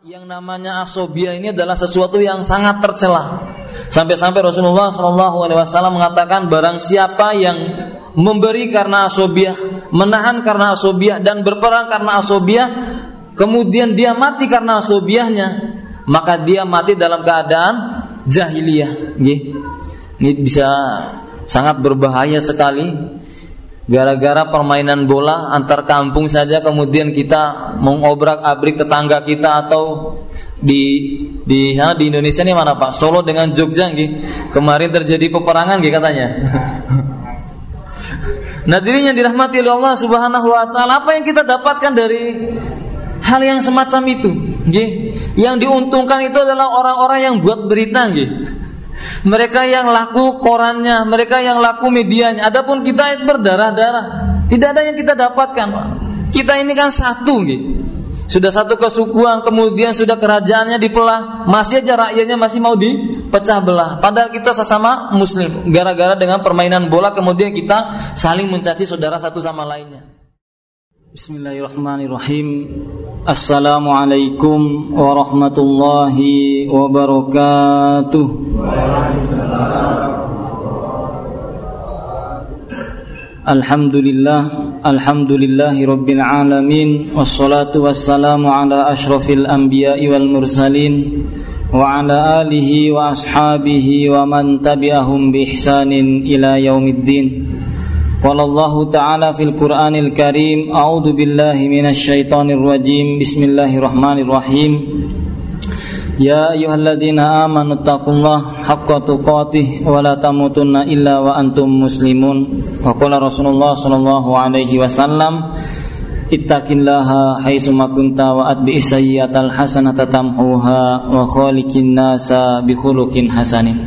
Yang namanya asobia ini adalah sesuatu yang sangat tercela. Sampai-sampai Rasulullah SAW mengatakan, barang siapa yang memberi karena asobia, menahan karena asobia, dan berperang karena asobia, kemudian dia mati karena asobiahnya, maka dia mati dalam keadaan jahiliyah. Ini bisa sangat berbahaya sekali. Gara-gara permainan bola antar kampung saja, kemudian kita mengobrak-abrik tetangga kita, atau di sana di Indonesia ini mana Pak? Solo dengan Jogja kemarin terjadi peperangan katanya. Nah, dirinya dirahmati oleh Allah Subhanahu wa taala, apa yang kita dapatkan dari hal yang semacam itu? Yang diuntungkan itu adalah orang-orang yang buat berita, mereka yang laku korannya, mereka yang laku medianya. Adapun kita berdarah-darah, tidak ada yang kita dapatkan. Kita ini kan satu, sudah satu kesukuan, kemudian sudah kerajaannya dipelah, masih aja rakyatnya masih mau dipecah belah. Padahal kita sesama muslim. Gara-gara dengan permainan bola, kemudian kita saling mencaci saudara satu sama lainnya. Bismillahirrahmanirrahim. Assalamualaikum warahmatullahi wabarakatuh. Alhamdulillahi rabbil alamin, wassalatu wassalamu ala asyrafil anbiya'i wal mursalin, wa ala alihi wa ashabihi wa man tabi'ahum bi ihsanin ila yaumiddin. Qala Allah ta'ala fil Qur'anil Karim, a'udzu billahi minasy syaithanir rajim. Bismillahirrahmanirrahim. Ya ayyuhalladzina amanu taqullaha haqqa tuqatih wa la tamutunna illa wa antum muslimun. Wa qala Rasulullah sallallahu alaihi wasallam, ittaqillaha haitsu ma kunta wa atbi'is sayyi'atal hasanata tamhuha wa khaliqin nasa bi khuluqin hasanin.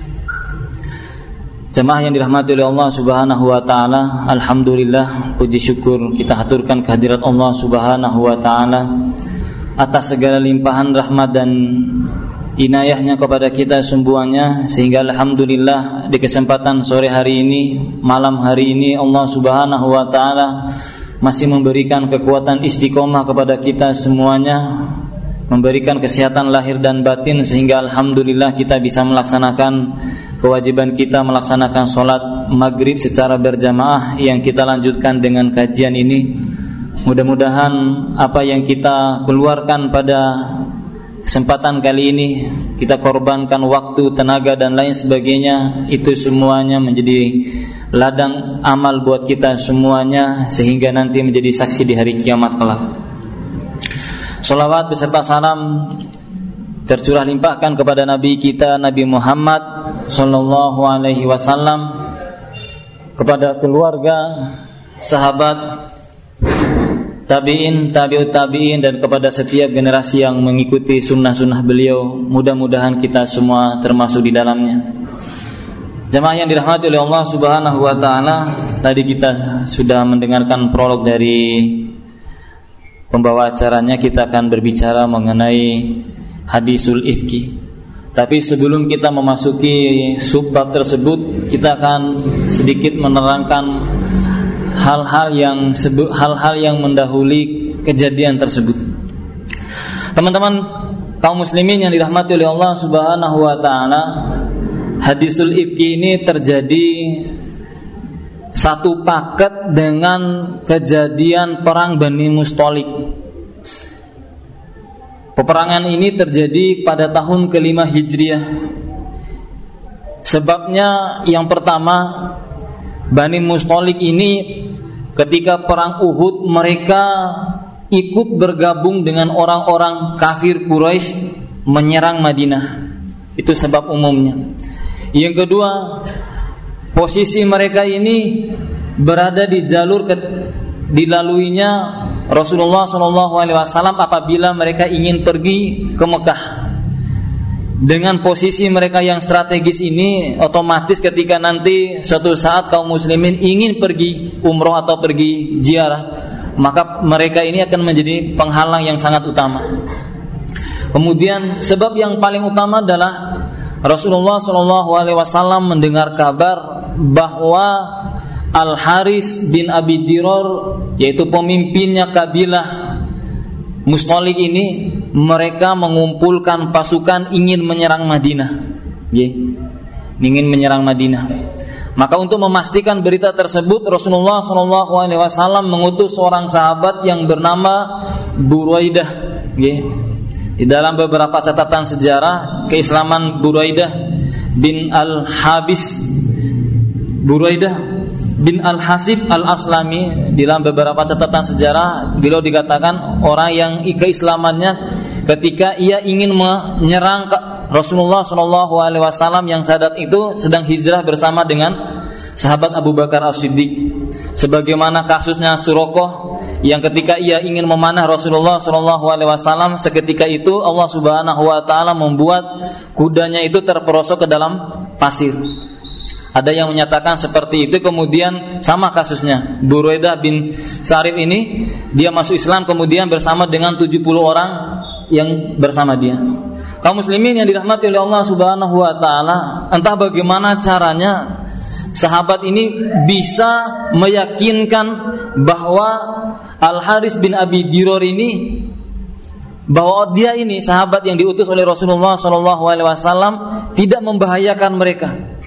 Jemaah yang dirahmati oleh Allah Subhanahu wa taala, alhamdulillah, puji syukur kita haturkan kehadirat Allah Subhanahu wa taala atas segala limpahan rahmat dan inayahnya kepada kita semuanya, sehingga alhamdulillah di kesempatan sore hari ini, malam hari ini, Allah Subhanahu wa taala masih memberikan kekuatan istiqomah kepada kita semuanya, memberikan kesehatan lahir dan batin, sehingga alhamdulillah kita bisa melaksanakan kewajiban kita, melaksanakan sholat maghrib secara berjamaah yang kita lanjutkan dengan kajian ini. Mudah-mudahan apa yang kita keluarkan pada kesempatan kali ini, kita korbankan waktu, tenaga dan lain sebagainya, itu semuanya menjadi ladang amal buat kita semuanya, sehingga nanti menjadi saksi di hari kiamat kelak. Sholawat beserta salam tercurah limpahkan kepada Nabi kita, Nabi Muhammad sallallahu alaihi wasallam, kepada keluarga, sahabat, tabi'in, tabi'ut tabi'in, dan kepada setiap generasi yang mengikuti sunnah-sunnah beliau. Mudah-mudahan kita semua termasuk di dalamnya. Jemaah yang dirahmati oleh Allah Subhanahu wa taala, tadi kita sudah mendengarkan prolog dari pembawa acaranya. Kita akan berbicara mengenai hadisul ifki. Tapi sebelum kita memasuki subbab tersebut, kita akan sedikit menerangkan hal-hal yang mendahului kejadian tersebut. Teman-teman kaum muslimin yang dirahmati oleh Allah Subhanahu wa taala, hadisul ifki ini terjadi satu paket dengan kejadian perang Bani Mustalik. Peperangan ini terjadi pada tahun ke-5 Hijriah. Sebabnya yang pertama, Bani Mustalik ini ketika perang Uhud mereka ikut bergabung dengan orang-orang kafir Quraisy menyerang Madinah. Itu sebab umumnya. Yang kedua, posisi mereka ini berada di jalur dilaluinya Rasulullah SAW apabila mereka ingin pergi ke Mekah. Dengan posisi mereka yang strategis ini, otomatis ketika nanti suatu saat kaum muslimin ingin pergi umroh atau pergi ziarah, maka mereka ini akan menjadi penghalang yang sangat utama. Kemudian sebab yang paling utama adalah Rasulullah SAW mendengar kabar bahwa Al-Haris bin Abi Diror, yaitu pemimpinnya kabilah Mustalik ini, mereka mengumpulkan pasukan ingin menyerang Madinah. Ingin menyerang Madinah. Maka untuk memastikan berita tersebut, Rasulullah SAW mengutus seorang sahabat yang bernama Buraidah. Di dalam beberapa catatan sejarah keislaman Buraidah bin Al-Habis, Buraidah bin Al-Hasib Al-Aslami, di dalam beberapa catatan sejarah beliau dikatakan orang yang keislamannya ketika ia ingin menyerang Rasulullah SAW yang sadat itu sedang hijrah bersama dengan sahabat Abu Bakar As-Siddiq. Sebagaimana kasusnya Suraqah yang ketika ia ingin memanah Rasulullah SAW, seketika itu Allah Subhanahu Wa Taala membuat kudanya itu terperosok ke dalam pasir. Ada yang menyatakan seperti itu. Kemudian sama kasusnya Buraidah bin Sarif ini, dia masuk Islam kemudian bersama dengan 70 orang yang bersama dia. Kaum muslimin yang dirahmati oleh Allah Subhanahu Wa Taala, entah bagaimana caranya sahabat ini bisa meyakinkan bahwa Al-Haris bin Abi Diror ini, bahwa dia ini sahabat yang diutus oleh Rasulullah SAW tidak membahayakan mereka.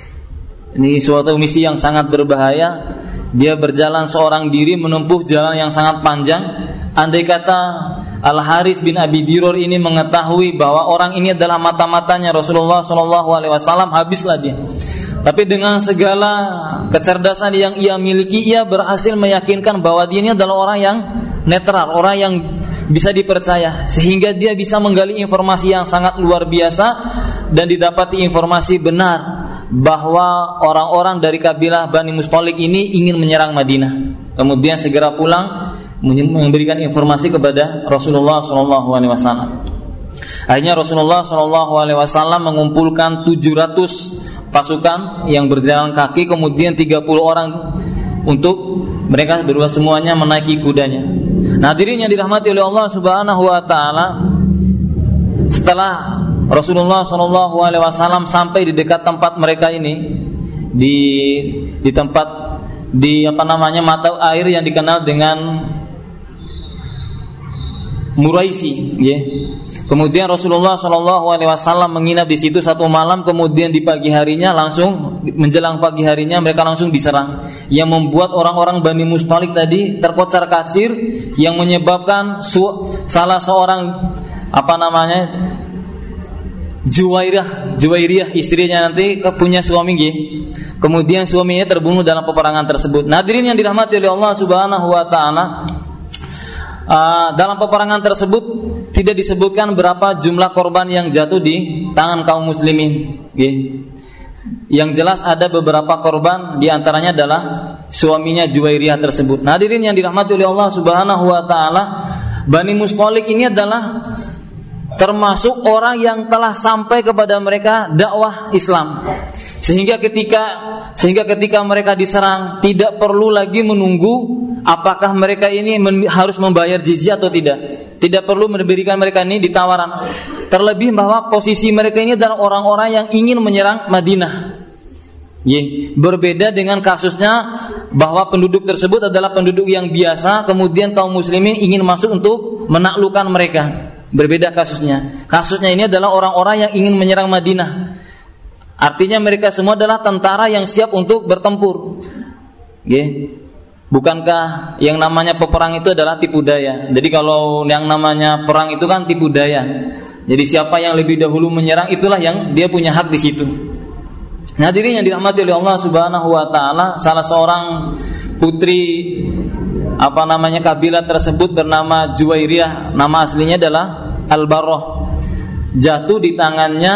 Ini suatu misi yang sangat berbahaya. Dia berjalan seorang diri menempuh jalan yang sangat panjang. Andai kata Al-Haris bin Abi Diror ini mengetahui bahwa orang ini adalah mata-matanya Rasulullah SAW, habislah dia. Tapi dengan segala kecerdasan yang ia miliki, ia berhasil meyakinkan bahwa dia ini adalah orang yang netral, orang yang bisa dipercaya, sehingga dia bisa menggali informasi yang sangat luar biasa dan didapati informasi benar bahwa orang-orang dari kabilah Bani Mustalik ini ingin menyerang Madinah. Kemudian segera pulang memberikan informasi kepada Rasulullah SAW. Akhirnya Rasulullah SAW mengumpulkan 700 pasukan yang berjalan kaki, kemudian 30 orang untuk mereka berdua semuanya menaiki kudanya. Nah, hadirin yang dirahmati oleh Allah Subhanahu Wa Taala, setelah Rasulullah SAW sampai di dekat tempat mereka ini, di tempat mata air yang dikenal dengan Muraisi, Kemudian Rasulullah SAW menginap di situ satu malam. Kemudian di pagi harinya langsung menjelang pagi harinya mereka langsung diserang, yang membuat orang-orang Bani Mustalik tadi terkocar kacir, yang menyebabkan salah seorang Juwairiyah istrinya nanti punya suami, kemudian suaminya terbunuh dalam peperangan tersebut. Hadirin yang dirahmati oleh Allah Subhanahu Wa Taala, dalam peperangan tersebut tidak disebutkan berapa jumlah korban yang jatuh di tangan kaum muslimin. Yang jelas ada beberapa korban, di antaranya adalah suaminya Juwairiyah tersebut. Hadirin yang dirahmati oleh Allah Subhanahu Wa Taala, Bani Mustalik ini adalah termasuk orang yang telah sampai kepada mereka dakwah Islam, sehingga ketika mereka diserang tidak perlu lagi menunggu apakah mereka ini harus membayar jizyah atau tidak perlu memberikan mereka ini ditawaran. Terlebih bahwa posisi mereka ini adalah orang-orang yang ingin menyerang Madinah. Berbeda dengan kasusnya bahwa penduduk tersebut adalah penduduk yang biasa, kemudian kaum muslimin ingin masuk untuk menaklukkan mereka. Berbeda kasusnya. Kasusnya ini adalah orang-orang yang ingin menyerang Madinah. Artinya mereka semua adalah tentara yang siap untuk bertempur. Bukankah yang namanya peperang itu adalah tipu daya? Jadi kalau yang namanya perang itu kan tipu daya. Jadi siapa yang lebih dahulu menyerang, itulah yang dia punya hak di situ. Nah, hadirin yang dirahmati oleh Allah Subhanahu Wa Taala, salah seorang putri kabilah tersebut bernama Juwairiyah, nama aslinya adalah Al-Barrah, jatuh di tangannya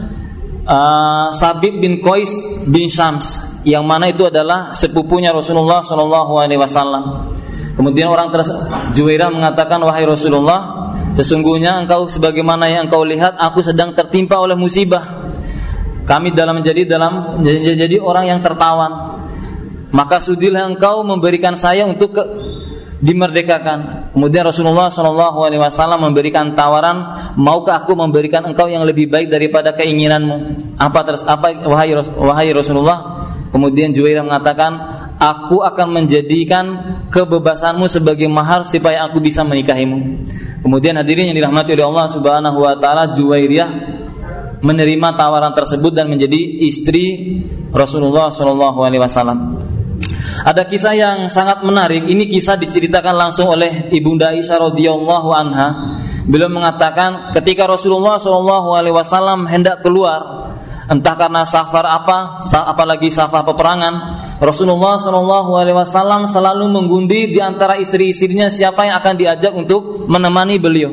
Sabit bin Qais bin Syams, yang mana itu adalah sepupunya Rasulullah SAW. Kemudian Juwairiyah mengatakan, wahai Rasulullah, sesungguhnya engkau sebagaimana yang engkau lihat, aku sedang tertimpa oleh musibah. Kami menjadi orang yang tertawan. Maka sudilah engkau memberikan saya untuk dimerdekakan. Kemudian Rasulullah SAW memberikan tawaran, maukah aku memberikan engkau yang lebih baik daripada keinginanmu? Wahai Rasulullah? Kemudian Juwairiyah mengatakan, aku akan menjadikan kebebasanmu sebagai mahar supaya aku bisa menikahimu. Kemudian hadirin yang dirahmati oleh Allah Subhanahu wa taala, Juwairiyah menerima tawaran tersebut dan menjadi istri Rasulullah sallallahu alaihi wasallam. Ada kisah yang sangat menarik. Ini kisah diceritakan langsung oleh Ibunda Aisyah radhiyallahu anha. Beliau mengatakan ketika Rasulullah sallallahu alaihi wasallam hendak keluar, entah karena safar apalagi safar peperangan, Rasulullah sallallahu alaihi wasallam selalu mengundi di antara istri-istrinya siapa yang akan diajak untuk menemani beliau.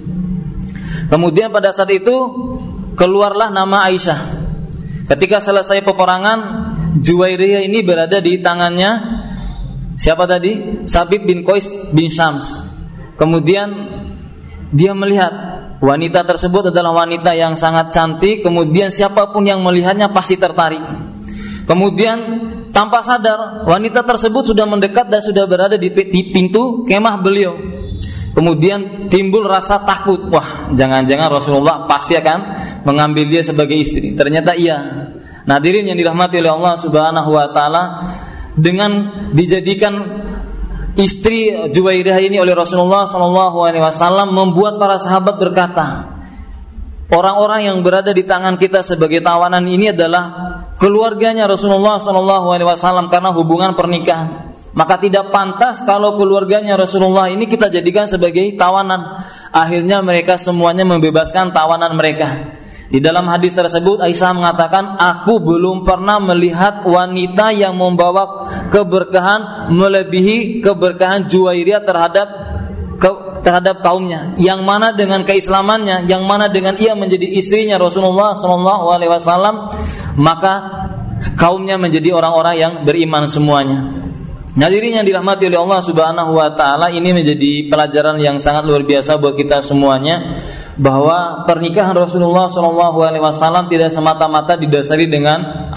Kemudian pada saat itu keluarlah nama Aisyah. Ketika selesai peperangan, Juwairiyah ini berada di tangannya siapa tadi? Sabit bin Qais bin Syams. Kemudian dia melihat wanita tersebut adalah wanita yang sangat cantik. Kemudian siapapun yang melihatnya pasti tertarik. Kemudian tanpa sadar wanita tersebut sudah mendekat dan sudah berada di pintu kemah beliau. Kemudian timbul rasa takut. Wah, jangan-jangan Rasulullah pasti akan mengambil dia sebagai istri. Ternyata iya. Hadirin yang dirahmati oleh Allah Subhanahu wa taala, dengan dijadikan istri Juwairiyah ini oleh Rasulullah sallallahu alaihi wasallam membuat para sahabat berkata, orang-orang yang berada di tangan kita sebagai tawanan ini adalah keluarganya Rasulullah sallallahu alaihi wasallam karena hubungan pernikahan. Maka tidak pantas kalau keluarganya Rasulullah ini kita jadikan sebagai tawanan. Akhirnya mereka semuanya membebaskan tawanan mereka. Di dalam hadis tersebut Aisyah mengatakan, aku belum pernah melihat wanita yang membawa keberkahan melebihi keberkahan Juwairiyah terhadap kaumnya. Yang mana dengan keislamannya, yang mana dengan ia menjadi istrinya Rasulullah SAW, maka kaumnya menjadi orang-orang yang beriman semuanya. Hadirin yang dirahmati oleh Allah Subhanahu wa taala, ini menjadi pelajaran yang sangat luar biasa buat kita semuanya, bahwa pernikahan Rasulullah SAW tidak semata-mata didasari dengan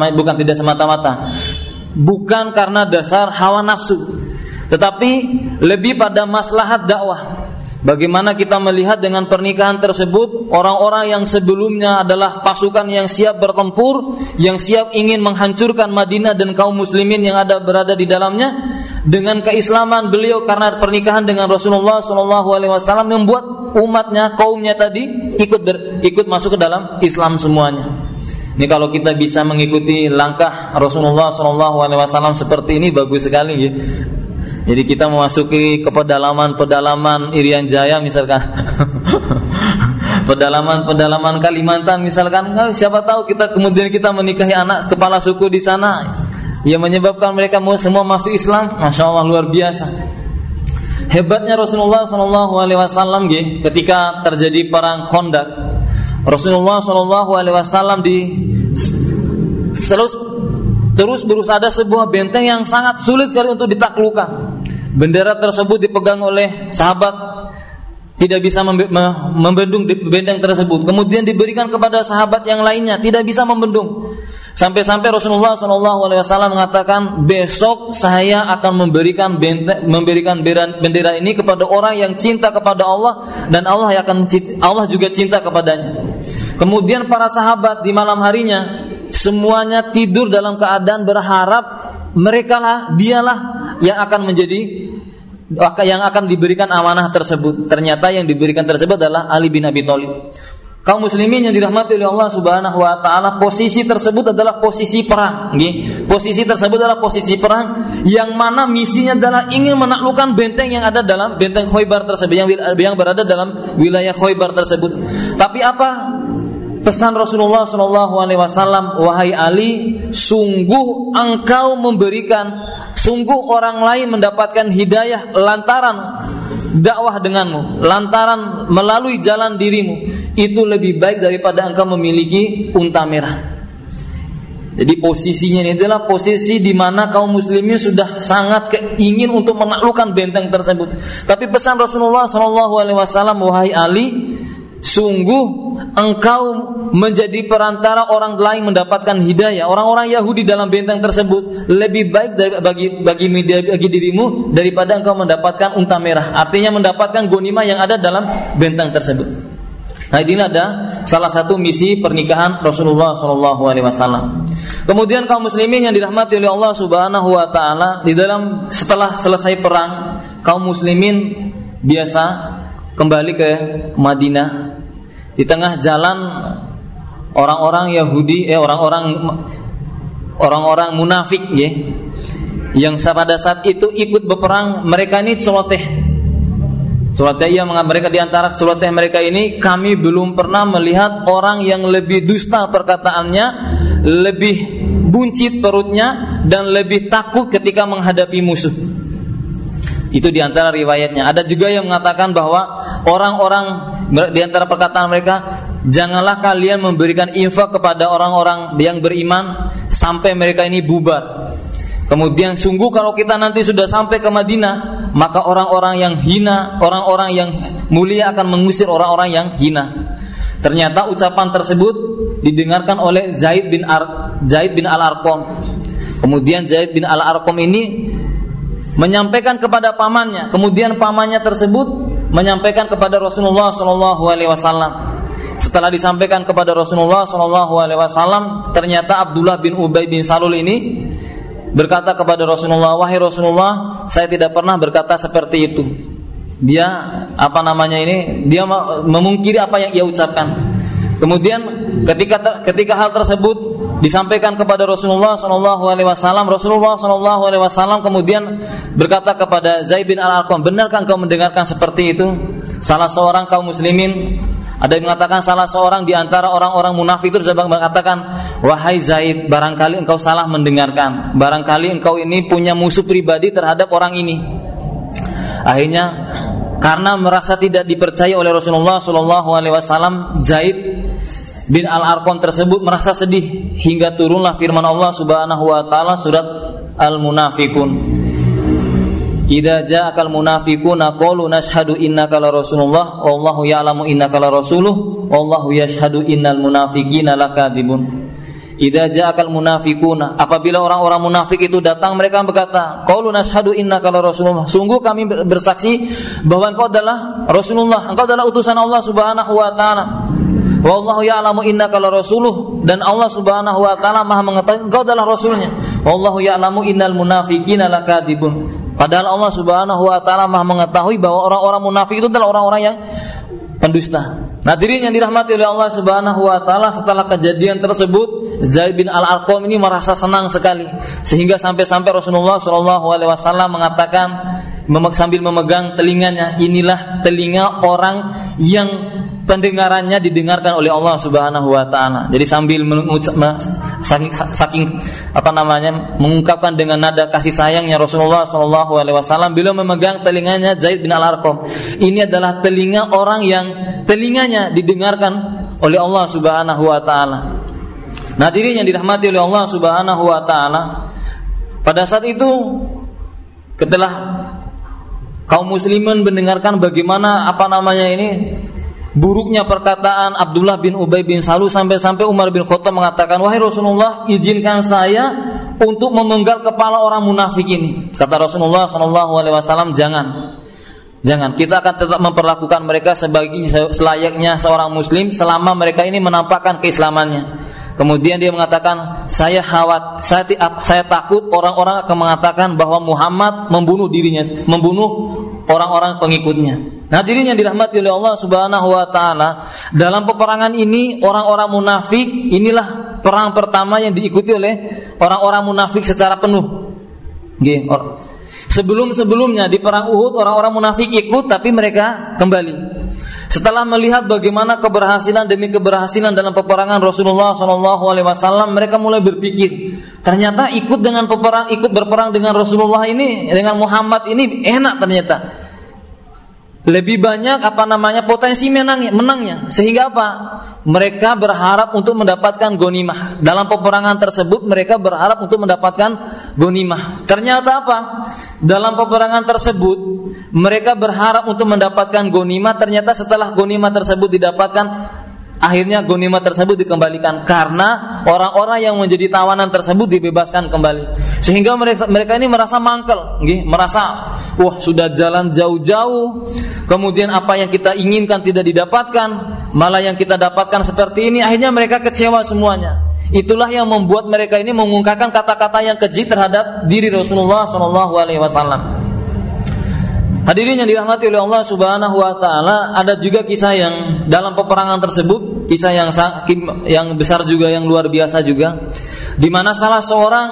bukan karena dasar hawa nafsu, tetapi lebih pada maslahat dakwah. Bagaimana kita melihat dengan pernikahan tersebut, orang-orang yang sebelumnya adalah pasukan yang siap bertempur, yang siap ingin menghancurkan Madinah dan kaum muslimin yang berada di dalamnya, dengan keislaman beliau karena pernikahan dengan Rasulullah SAW membuat umatnya, kaumnya tadi ikut masuk ke dalam Islam semuanya. Ini kalau kita bisa mengikuti langkah Rasulullah SAW seperti ini, bagus sekali ya. Jadi kita memasuki ke pedalaman Irian Jaya misalkan, pedalaman Kalimantan misalkan, siapa tahu kemudian kita menikahi anak kepala suku di sana, yang menyebabkan mereka semua masuk Islam. Masya Allah, luar biasa. Hebatnya Rasulullah SAW ketika terjadi perang Khandaq, Rasulullah SAW terus berusaha, ada sebuah benteng yang sangat sulit sekali untuk ditaklukkan. Bendera tersebut dipegang oleh sahabat, tidak bisa membendung benteng tersebut. Kemudian diberikan kepada sahabat yang lainnya, tidak bisa membendung. Sampai-sampai Rasulullah SAW mengatakan, besok saya akan memberikan bendera ini kepada orang yang cinta kepada Allah, dan Allah juga cinta kepadanya. Kemudian para sahabat di malam harinya semuanya tidur dalam keadaan berharap dialah yang akan diberikan amanah tersebut. Ternyata yang diberikan tersebut adalah Ali bin Abi Thalib. Kaum muslimin yang dirahmati oleh Allah Subhanahu wa taala, posisi tersebut adalah posisi perang, Posisi tersebut adalah posisi perang yang mana misinya adalah ingin menaklukkan benteng yang ada dalam benteng Khaybar tersebut, yang berada dalam wilayah Khaybar tersebut. Tapi apa pesan Rasulullah SAW? Wahai Ali, sungguh orang lain mendapatkan hidayah lantaran dakwah denganmu, lantaran melalui jalan dirimu, itu lebih baik daripada engkau memiliki unta merah. Jadi posisinya ini adalah posisi di mana kaum muslimin sudah sangat ingin untuk menaklukkan benteng tersebut. Tapi pesan Rasulullah SAW, wahai Ali, sungguh engkau menjadi perantara orang lain mendapatkan hidayah, orang-orang Yahudi dalam benteng tersebut, lebih baik bagi dirimu daripada engkau mendapatkan unta merah. Artinya mendapatkan ghanimah yang ada dalam benteng tersebut. Nah, ini ada salah satu misi pernikahan Rasulullah SAW. Kemudian kaum muslimin yang dirahmati oleh Allah Subhanahu wa taala, setelah selesai perang, kaum muslimin biasa kembali ke Madinah. Di tengah jalan orang-orang Yahudi, orang-orang munafik ya, yang pada saat itu ikut berperang, mereka ini celoteh. Mereka di antara celoteh mereka ini, kami belum pernah melihat orang yang lebih dusta perkataannya, lebih buncit perutnya, dan lebih takut ketika menghadapi musuh. Itu di antara riwayatnya. Ada juga yang mengatakan bahwa orang-orang di antara perkataan mereka, janganlah kalian memberikan infak kepada orang-orang yang beriman sampai mereka ini bubar. Kemudian sungguh kalau kita nanti sudah sampai ke Madinah, maka orang-orang yang hina, orang-orang yang mulia akan mengusir orang-orang yang hina. Ternyata ucapan tersebut didengarkan oleh Zaid bin Al-Arqam. Kemudian Zaid bin Al-Arqam ini menyampaikan kepada pamannya. Kemudian pamannya tersebut menyampaikan kepada Rasulullah SAW. Setelah disampaikan kepada Rasulullah SAW, ternyata Abdullah bin Ubay bin Salul ini berkata kepada Rasulullah, wahai Rasulullah, saya tidak pernah berkata seperti itu. Dia dia memungkiri apa yang ia ucapkan. Kemudian ketika hal tersebut disampaikan kepada Rasulullah SAW, Rasulullah SAW kemudian berkata kepada Zaid bin Al-Arqam, benarkah engkau mendengarkan seperti itu? Salah seorang kaum muslimin, ada yang mengatakan salah seorang di antara orang-orang munafik itu mengatakan, wahai Zaid, barangkali engkau salah mendengarkan, barangkali engkau ini punya musuh pribadi terhadap orang ini. Akhirnya karena merasa tidak dipercaya oleh Rasulullah SAW, Zaid bin Al-Arqam tersebut merasa sedih hingga turunlah firman Allah Subhanahu wa taala surat Al-Munafiqun. Idza ja'akal munafiquna qalu nashhadu innaka la rasulullah wallahu ya'lamu innaka la rasuluh wallahu yashhadu innal munafiqina lakadzibun. Idza ja'akal munafiquna, apabila orang-orang munafik itu datang, mereka berkata, qalu nashhadu innaka la rasulullah, sungguh kami bersaksi bahwa engkau adalah Rasulullah, engkau adalah utusan Allah Subhanahu wa taala. Wallahu ya'lamu innaka la rasuluh, dan Allah Subhanahu wa taala Maha mengetahui engkau adalah rasulnya. Wallahu ya'lamu innal munafiqina lakadzibun. Padahal Allah Subhanahu wa taala Maha mengetahui bahwa orang-orang munafik itu adalah orang-orang yang pendusta. Hadirin yang dirahmati oleh Allah Subhanahu wa taala, setelah kejadian tersebut Zaid bin Al-Arqam ini merasa senang sekali, sehingga sampai-sampai Rasulullah SAW mengatakan sambil memegang telinganya, inilah telinga orang yang pendengarannya didengarkan oleh Allah Subhanahu wa taala. Jadi sambil mengungkapkan dengan nada kasih sayangnya Rasulullah SAW, beliau memegang telinganya Zaid bin Al-Arqam. Ini adalah telinga orang yang telinganya didengarkan oleh Allah Subhanahu wa taala. Hadirin yang dirahmati oleh Allah Subhanahu wa taala, pada saat itu setelah kaum muslimin mendengarkan bagaimana buruknya perkataan Abdullah bin Ubay bin Salul, sampai-sampai Umar bin Khattab mengatakan, wahai Rasulullah, izinkan saya untuk memenggal kepala orang munafik ini. Kata Rasulullah SAW, jangan, kita akan tetap memperlakukan mereka selayaknya seorang muslim selama mereka ini menampakkan keislamannya. Kemudian dia mengatakan, saya takut orang-orang akan mengatakan bahwa Muhammad membunuh dirinya, membunuh orang-orang pengikutnya. Hadirin yang dirahmati oleh Allah Subhanahu wa taala, dalam peperangan ini orang-orang munafik, inilah perang pertama yang diikuti oleh orang-orang munafik secara penuh. Sebelum-sebelumnya di perang Uhud orang-orang munafik ikut, tapi mereka kembali. Setelah melihat bagaimana keberhasilan demi keberhasilan dalam peperangan Rasulullah SAW, mereka mulai berpikir, ternyata ikut berperang dengan Rasulullah ini, dengan Muhammad ini enak ternyata. Lebih banyak potensi menangnya. Sehingga apa? Mereka berharap untuk mendapatkan ghanimah. Dalam peperangan tersebut mereka berharap untuk mendapatkan ghanimah. Ternyata apa? Dalam peperangan tersebut mereka berharap untuk mendapatkan ghanimah. Ternyata setelah ghanimah tersebut didapatkan, akhirnya ghanimah tersebut dikembalikan karena orang-orang yang menjadi tawanan tersebut dibebaskan kembali. Sehingga mereka ini merasa mangkel, merasa wah sudah jalan jauh-jauh, kemudian apa yang kita inginkan tidak didapatkan, malah yang kita dapatkan seperti ini. Akhirnya mereka kecewa semuanya. Itulah yang membuat mereka ini mengungkapkan kata-kata yang keji terhadap diri Rasulullah SAW. Hadirin yang dirahmati oleh Allah Subhanahu wa taala, ada juga kisah yang dalam peperangan tersebut, kisah yang besar juga, yang luar biasa juga, di mana salah seorang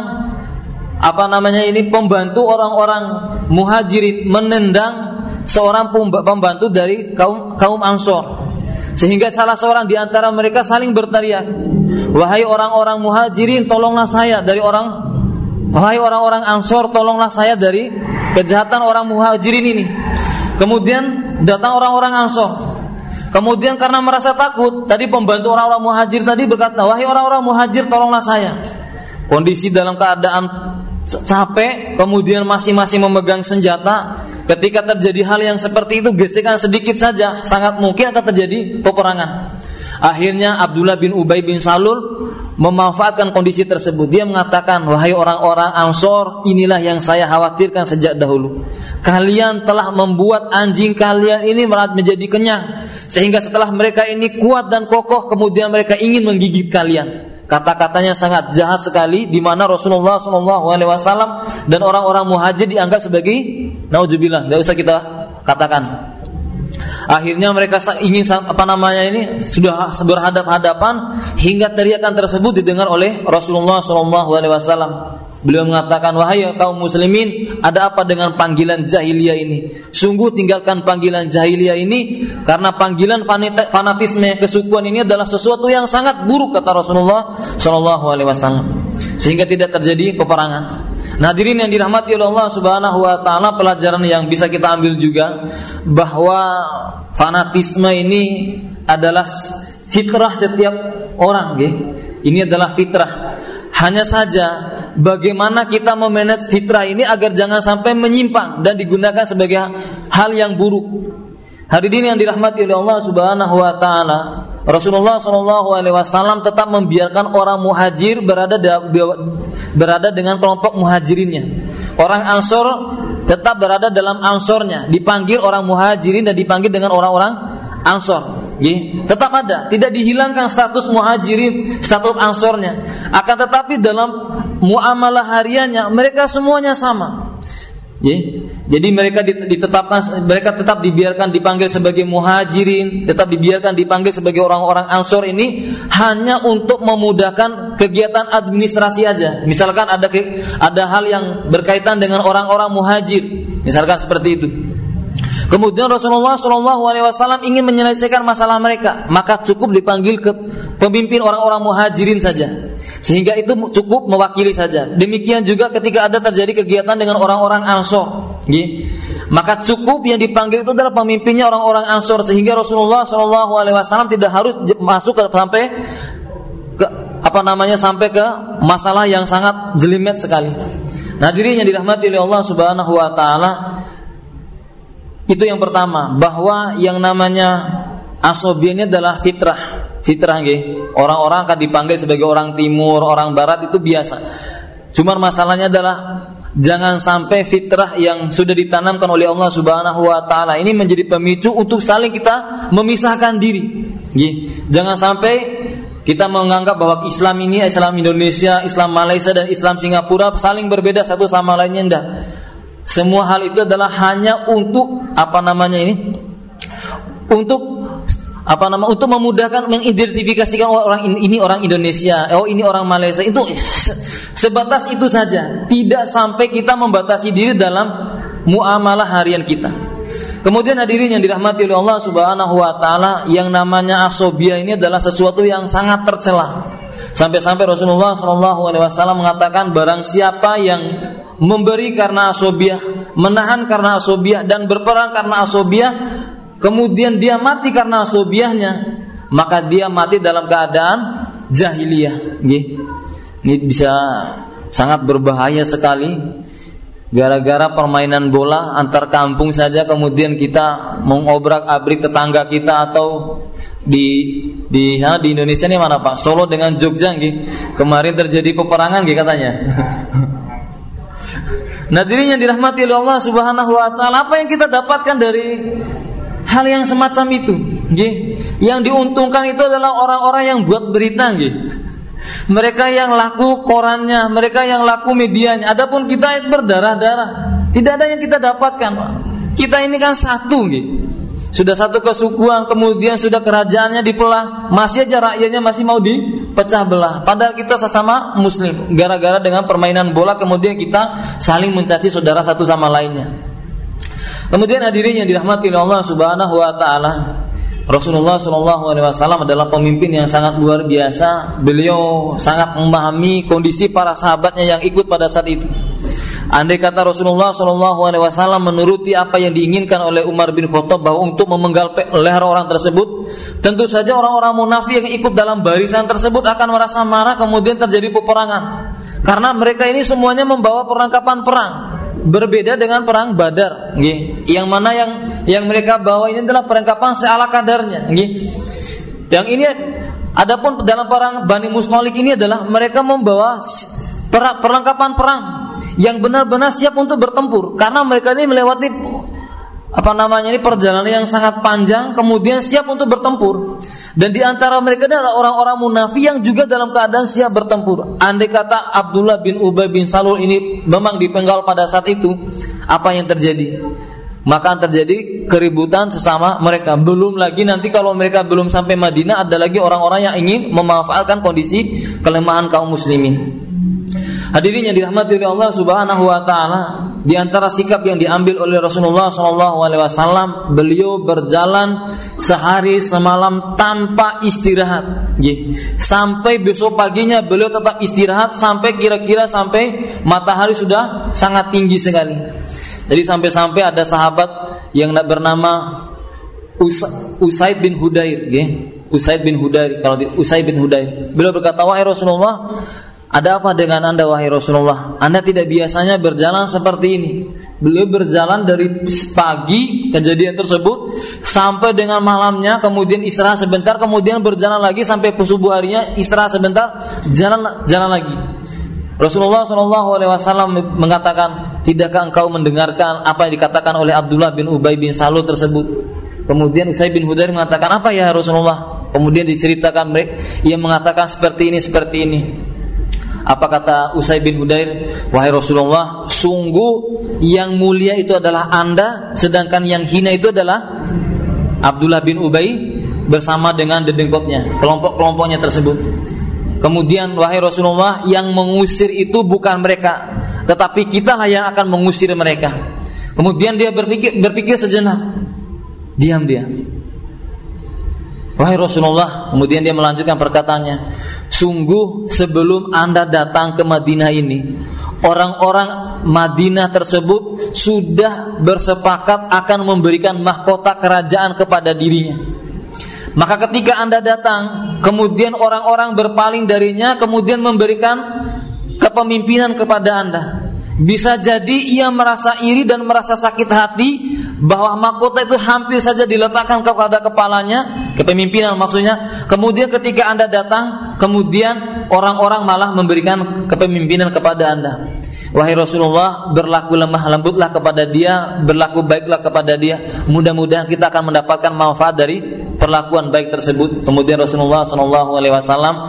pembantu orang-orang Muhajirin menendang seorang pembantu dari kaum Ansor, sehingga salah seorang di antara mereka saling berteriak, "Wahai orang-orang Muhajirin, tolonglah saya wahai orang-orang Ansor, tolonglah saya dari kejahatan orang Muhajirin ini." Kemudian datang orang-orang Ansor. Kemudian karena merasa takut, tadi pembantu orang-orang Muhajir tadi berkata, "Wahai orang-orang Muhajir, tolonglah saya." Kondisi dalam keadaan capek, kemudian masing-masing memegang senjata. Ketika terjadi hal yang seperti itu, gesekan sedikit saja sangat mungkin akan terjadi peperangan. Akhirnya Abdullah bin Ubay bin Salul memanfaatkan kondisi tersebut. Dia mengatakan, "Wahai orang-orang Ansor, inilah yang saya khawatirkan sejak dahulu. Kalian telah membuat anjing kalian ini menjadi kenyang, sehingga setelah mereka ini kuat dan kokoh, kemudian mereka ingin menggigit kalian." Kata-katanya sangat jahat sekali, di mana Rasulullah SAW dan orang-orang Muhajir dianggap sebagai naudzubillah, tidak usah kita katakan. Akhirnya mereka ingin sudah berhadap-hadapan, hingga teriakan tersebut didengar oleh Rasulullah SAW. Beliau mengatakan, "Wahai kaum muslimin, ada apa dengan panggilan jahiliyah ini? Sungguh tinggalkan panggilan jahiliyah ini, karena panggilan fanatisme kesukuan ini adalah sesuatu yang sangat buruk," kata Rasulullah SAW. Sehingga tidak terjadi peperangan. Hadirin yang dirahmati oleh Allah Subhanahu wa taala, pelajaran yang bisa kita ambil juga bahwa fanatisme ini adalah fitrah setiap orang, Ini adalah fitrah. Hanya saja bagaimana kita memanage fitrah ini agar jangan sampai menyimpang dan digunakan sebagai hal yang buruk. Hadirin yang dirahmati oleh Allah Subhanahu wa taala, Rasulullah SAW tetap membiarkan orang Muhajir berada dengan kelompok Muhajirinnya. Orang Ansor tetap berada dalam Ansornya, dipanggil orang Muhajirin dan dipanggil dengan orang-orang Ansor. Tetap ada, tidak dihilangkan status Muhajirin, status Ansornya. Akan tetapi dalam muamalah hariannya mereka semuanya sama. Jadi mereka ditetapkan, mereka tetap dibiarkan dipanggil sebagai Muhajirin, tetap dibiarkan dipanggil sebagai orang-orang Ansor ini hanya untuk memudahkan kegiatan administrasi aja. Misalkan ada hal yang berkaitan dengan orang-orang Muhajir, misalkan seperti itu. Kemudian Rasulullah SAW ingin menyelesaikan masalah mereka, maka cukup dipanggil ke pemimpin orang-orang Muhajirin saja, sehingga itu cukup mewakili saja. Demikian juga ketika ada terjadi kegiatan dengan orang-orang Ansor, maka cukup yang dipanggil itu adalah pemimpinnya orang-orang Ansor, sehingga Rasulullah SAW tidak harus masuk sampai ke masalah yang sangat jelimet sekali. Hadirin yang dirahmati oleh Allah Subhanahu wa taala, itu yang pertama, bahwa yang namanya asobia ini adalah fitrah, Orang-orang akan dipanggil sebagai orang timur, orang barat, itu biasa. Cuman masalahnya adalah jangan sampai fitrah yang sudah ditanamkan oleh Allah Subhanahu wa taala ini menjadi pemicu untuk saling kita memisahkan diri. Jangan sampai kita menganggap bahwa Islam ini, Islam Indonesia, Islam Malaysia dan Islam Singapura saling berbeda satu sama lainnya. Enggak. Semua hal itu adalah hanya untuk untuk memudahkan mengidentifikasikan orang ini orang Indonesia, ini orang Malaysia. Itu sebatas itu saja, tidak sampai kita membatasi diri dalam muamalah harian kita. Kemudian hadirin yang dirahmati oleh Allah Subhanahu wa taala, yang namanya asobia ini adalah sesuatu yang sangat tercela. Sampai-sampai Rasulullah SAW mengatakan, barang siapa yang memberi karena asobiah, menahan karena asobiah, dan berperang karena asobiah, kemudian dia mati karena asobiahnya, maka dia mati dalam keadaan jahiliyah. Ini bisa sangat berbahaya sekali. Gara-gara permainan bola antar kampung saja, kemudian kita mengobrak-abrik tetangga kita, atau di sana di Indonesia ini mana Pak? Solo dengan Jogja, kemarin terjadi peperangan katanya. Hadirin yang dirahmati oleh Allah Subhanahu wa taala, apa yang kita dapatkan dari hal yang semacam itu? Yang diuntungkan itu adalah orang-orang yang buat berita, mereka yang laku korannya, mereka yang laku medianya. Adapun kita berdarah-darah, tidak ada yang kita dapatkan. Kita ini kan satu gitu. Sudah satu kesukuan, kemudian sudah kerajaannya dipelah, masih aja rakyatnya masih mau dipecah belah. Padahal kita sesama muslim. Gara-gara dengan permainan bola kemudian kita saling mencaci saudara satu sama lainnya. Kemudian hadirin yang dirahmati oleh Allah Subhanahu wa taala, Rasulullah SAW adalah pemimpin yang sangat luar biasa. Beliau sangat memahami kondisi para sahabatnya yang ikut pada saat itu. Andai kata Rasulullah SAW menuruti apa yang diinginkan oleh Umar bin Khattab bahwa untuk memenggal leher orang tersebut, tentu saja orang-orang munafik yang ikut dalam barisan tersebut akan merasa marah, kemudian terjadi peperangan. Karena mereka ini semuanya membawa perlengkapan perang, berbeda dengan perang Badar, yang mana yang mereka bawa ini adalah perlengkapan seala kadarnya. Yang ini, adapun dalam perang Bani Mustalik ini adalah mereka membawa perlengkapan perang yang benar-benar siap untuk bertempur, karena mereka ini melewati perjalanan yang sangat panjang, kemudian siap untuk bertempur. Dan di antara mereka adalah orang-orang munafik yang juga dalam keadaan siap bertempur. Andai kata Abdullah bin Ubay bin Salul ini memang dipenggal pada saat itu, apa yang terjadi? Maka terjadi keributan sesama mereka. Belum lagi nanti kalau mereka belum sampai Madinah, ada lagi orang-orang yang ingin memanfaatkan kondisi kelemahan kaum muslimin. Hadirin yang dirahmati oleh Allah Subhanahu wa taala, di antara sikap yang diambil oleh Rasulullah SAW, beliau berjalan sehari semalam tanpa istirahat. Sampai besok paginya beliau tetap istirahat sampai kira-kira sampai matahari sudah sangat tinggi sekali. Jadi sampai-sampai ada sahabat yang bernama Usaid bin Hudair, Usaid bin Hudair. Kalau Usaid bin Hudair, beliau berkata, "Wahai Rasulullah, ada apa dengan Anda wahai Rasulullah? Anda tidak biasanya berjalan seperti ini." Beliau berjalan dari pagi kejadian tersebut sampai dengan malamnya, kemudian istirahat sebentar, kemudian berjalan lagi sampai subuh harinya, istirahat sebentar, jalan lagi. Rasulullah SAW mengatakan, "Tidakkah engkau mendengarkan apa yang dikatakan oleh Abdullah bin Ubay bin Salul tersebut?" Kemudian Usaid bin Hudair mengatakan, "Apa ya Rasulullah?" Kemudian diceritakan mereka, ia mengatakan seperti ini. Apa kata Usaid bin Hudair? "Wahai Rasulullah, sungguh yang mulia itu adalah Anda, sedangkan yang hina itu adalah Abdullah bin Ubay bersama dengan dedengkotnya, kelompok-kelompoknya tersebut." Kemudian, "Wahai Rasulullah, yang mengusir itu bukan mereka, tetapi kitalah yang akan mengusir mereka." Kemudian dia berpikir sejenak, diam dia. "Wahai Rasulullah," kemudian dia melanjutkan perkataannya, "Sungguh sebelum Anda datang ke Madinah ini, orang-orang Madinah tersebut sudah bersepakat akan memberikan mahkota kerajaan kepada dirinya. Maka ketika Anda datang, kemudian orang-orang berpaling darinya, kemudian memberikan kepemimpinan kepada Anda. Bisa jadi ia merasa iri dan merasa sakit hati bahwa mahkota itu hampir saja diletakkan kepada kepalanya, kepemimpinan maksudnya. Kemudian ketika Anda datang, kemudian orang-orang malah memberikan kepemimpinan kepada Anda. Wahai Rasulullah, berlaku lemah lembutlah kepada dia, berlaku baiklah kepada dia. Mudah-mudahan kita akan mendapatkan manfaat dari perlakuan baik tersebut." Kemudian Rasulullah SAW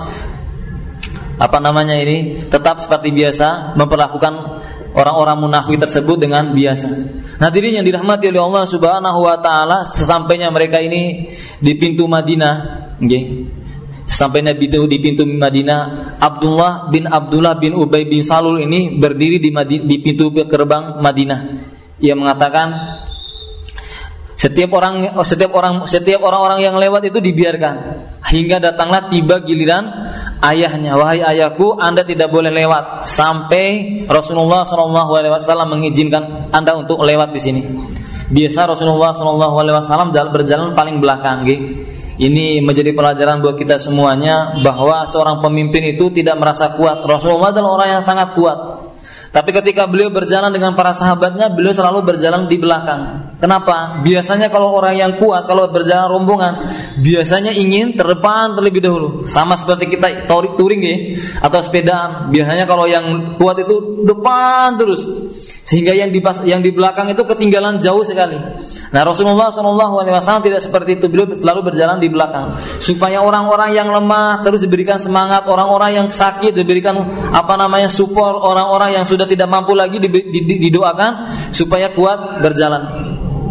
tetap seperti biasa memperlakukan orang-orang munafik tersebut dengan biasa. Hadirin yang dirahmati oleh Allah Subhanahu wa taala, sesampainya mereka ini di pintu Madinah, sampainya di pintu Madinah, Abdullah bin Ubay bin Salul ini berdiri di pintu gerbang Madinah. Ia mengatakan, setiap orang-orang yang lewat itu dibiarkan hingga datanglah tiba giliran ayahnya. "Wahai ayahku, Anda tidak boleh lewat sampai Rasulullah SAW mengizinkan Anda untuk lewat di sini." Biasa Rasulullah SAW berjalan paling belakang. Ini menjadi pelajaran buat kita semuanya bahwa seorang pemimpin itu tidak merasa kuat. Rasulullah adalah orang yang sangat kuat. Tapi ketika beliau berjalan dengan para sahabatnya, beliau selalu berjalan di belakang. Kenapa? Biasanya kalau orang yang kuat, kalau berjalan rombongan, biasanya ingin terdepan terlebih dahulu. Sama seperti kita touring atau sepedaan. Biasanya kalau yang kuat itu depan terus, sehingga yang di belakang itu ketinggalan jauh sekali. Nah, Rasulullah SAW tidak seperti itu. Beliau selalu berjalan di belakang supaya orang-orang yang lemah terus diberikan semangat, orang-orang yang sakit diberikan support, orang-orang yang sudah tidak mampu lagi didoakan supaya kuat berjalan.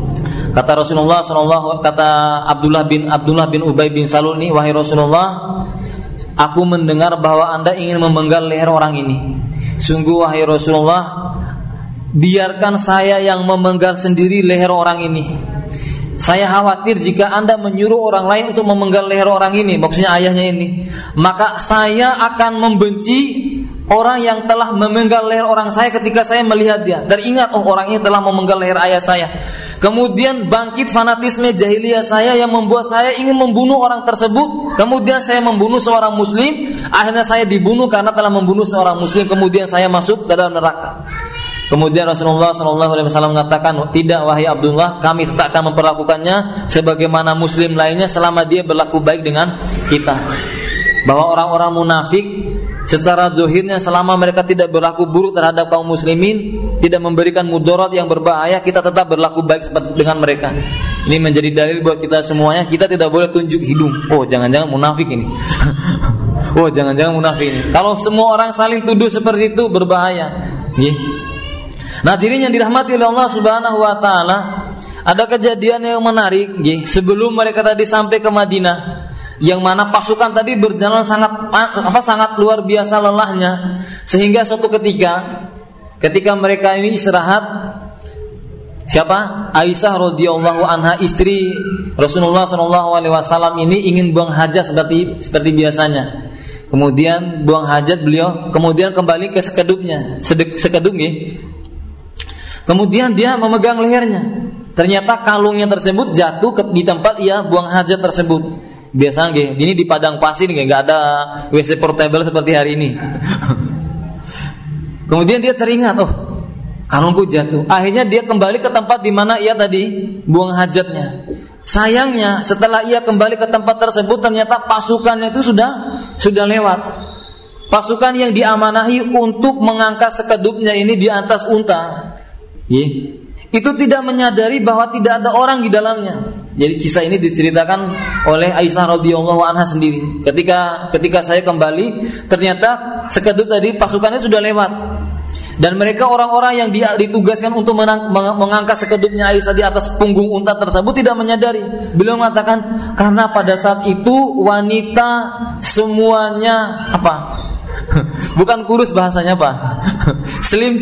Kata Rasulullah kata Abdullah bin Ubay bin Salul ini, wahai Rasulullah, aku mendengar bahwa Anda ingin memenggal leher orang ini. Sungguh wahai Rasulullah, biarkan saya yang memenggal sendiri leher orang ini. Saya khawatir jika Anda menyuruh orang lain untuk memenggal leher orang ini, maksudnya ayahnya ini, maka saya akan membenci orang yang telah memenggal leher orang saya ketika saya melihat dia. Dan ingat, orang ini telah memenggal leher ayah saya. Kemudian bangkit fanatisme jahiliyah saya yang membuat saya ingin membunuh orang tersebut. Kemudian saya membunuh seorang muslim. Akhirnya saya dibunuh karena telah membunuh seorang muslim. Kemudian saya masuk ke dalam neraka. Kemudian Rasulullah SAW mengatakan, tidak wahai Abdullah, kami tak akan memperlakukannya sebagaimana muslim lainnya selama dia berlaku baik dengan kita. Bahwa orang-orang munafik secara zahirnya selama mereka tidak berlaku buruk terhadap kaum muslimin, tidak memberikan mudarat yang berbahaya, kita tetap berlaku baik dengan mereka. Ini menjadi dalil buat kita semuanya. Kita tidak boleh tunjuk hidung. Oh, jangan-jangan munafik ini. Oh, jangan-jangan munafik ini. Kalau semua orang saling tuduh seperti itu berbahaya. Nah, dirinya dirahmati oleh Allah Subhanahu wa taala, ada kejadian yang menarik, sebelum mereka tadi sampai ke Madinah, yang mana pasukan tadi berjalan sangat luar biasa lelahnya, sehingga suatu ketika mereka ini istirahat, siapa? Aisyah radhiyallahu anha, istri Rasulullah SAW ini ingin buang hajat seperti biasanya. Kemudian buang hajat beliau, kemudian kembali ke sekedupnya, sekedung. Kemudian dia memegang lehernya. Ternyata kalungnya tersebut jatuh di tempat ia buang hajat tersebut. Biasanya ini di padang pasir, nggak ada WC portable seperti hari ini. Kemudian dia teringat, kalungku jatuh. Akhirnya dia kembali ke tempat di mana ia tadi buang hajatnya. Sayangnya setelah ia kembali ke tempat tersebut, ternyata pasukannya itu sudah lewat. Pasukan yang diamanahi untuk mengangkat sekedupnya ini di atas unta, itu tidak menyadari bahwa tidak ada orang di dalamnya. Jadi kisah ini diceritakan oleh Aisyah radhiyallahu anha sendiri. Ketika saya kembali, ternyata sekedup tadi pasukannya sudah lewat. Dan mereka orang-orang yang ditugaskan untuk mengangkat sekedupnya Aisyah di atas punggung unta tersebut tidak menyadari. Beliau mengatakan, karena pada saat itu wanita semuanya bukan kurus, bahasanya slim